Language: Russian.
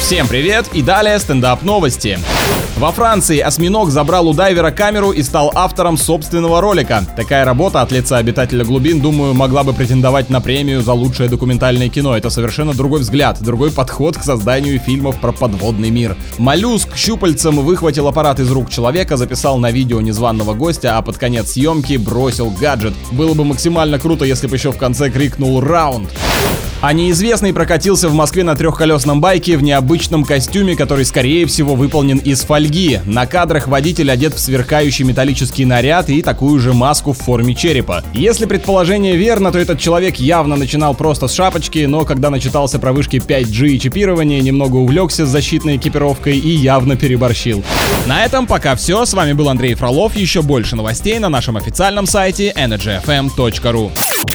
Всем привет и далее стендап новости. Во Франции осьминог забрал у дайвера камеру и стал автором собственного ролика. Такая работа от лица обитателя глубин, думаю, могла бы претендовать на премию за лучшее документальное кино. Это совершенно другой взгляд, другой подход к созданию фильмов про подводный мир. Моллюск щупальцем выхватил аппарат из рук человека, записал на видео незваного гостя, а под конец съемки бросил гаджет. Было бы максимально круто, если бы еще в конце крикнул «Раунд!». А неизвестный прокатился в Москве на трехколесном байке в необычном костюме, который, скорее всего, выполнен из фольги. На кадрах водитель одет в сверкающий металлический наряд и такую же маску в форме черепа. Если предположение верно, то этот человек явно начинал просто с шапочки, но когда начитался про вышки 5G и чипирование, немного увлекся защитной экипировкой и явно переборщил. На этом пока все. С вами был Андрей Фролов. Еще больше новостей на нашем официальном сайте energyfm.ru.